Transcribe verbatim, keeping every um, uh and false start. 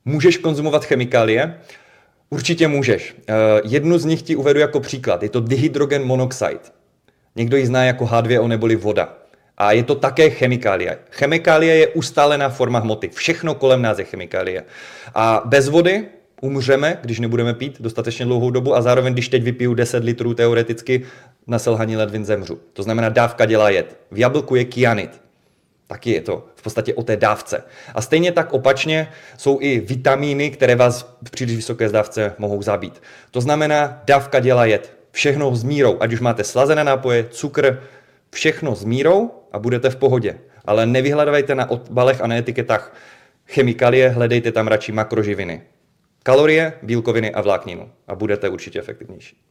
Můžeš konzumovat chemikálie? Určitě můžeš. Jednu z nich ti uvedu jako příklad. Je to dihydrogen monoxid. Někdo ji zná jako H dva O neboli voda. A je to také chemikálie. Chemikálie je ustálená forma hmoty. Všechno kolem nás je chemikálie. A bez vody umřeme, když nebudeme pít dostatečně dlouhou dobu a zároveň, když teď vypiju deset litrů teoreticky, na selhaní ledvin zemřu. To znamená, dávka dělá jed. V jablku je kyanid. Taky je to v podstatě o té dávce. A stejně tak opačně jsou i vitamíny, které vás v příliš vysoké dávce mohou zabít. To znamená, dávka dělá jed. Všechno s mírou. Ať už máte slazené nápoje, cukr, všechno s mírou a budete v pohodě. Ale nevyhledávejte na odbalech a na etiketách chemikálie, hledejte tam radši makroživiny. Kalorie, bílkoviny a vlákninu a budete určitě efektivnější.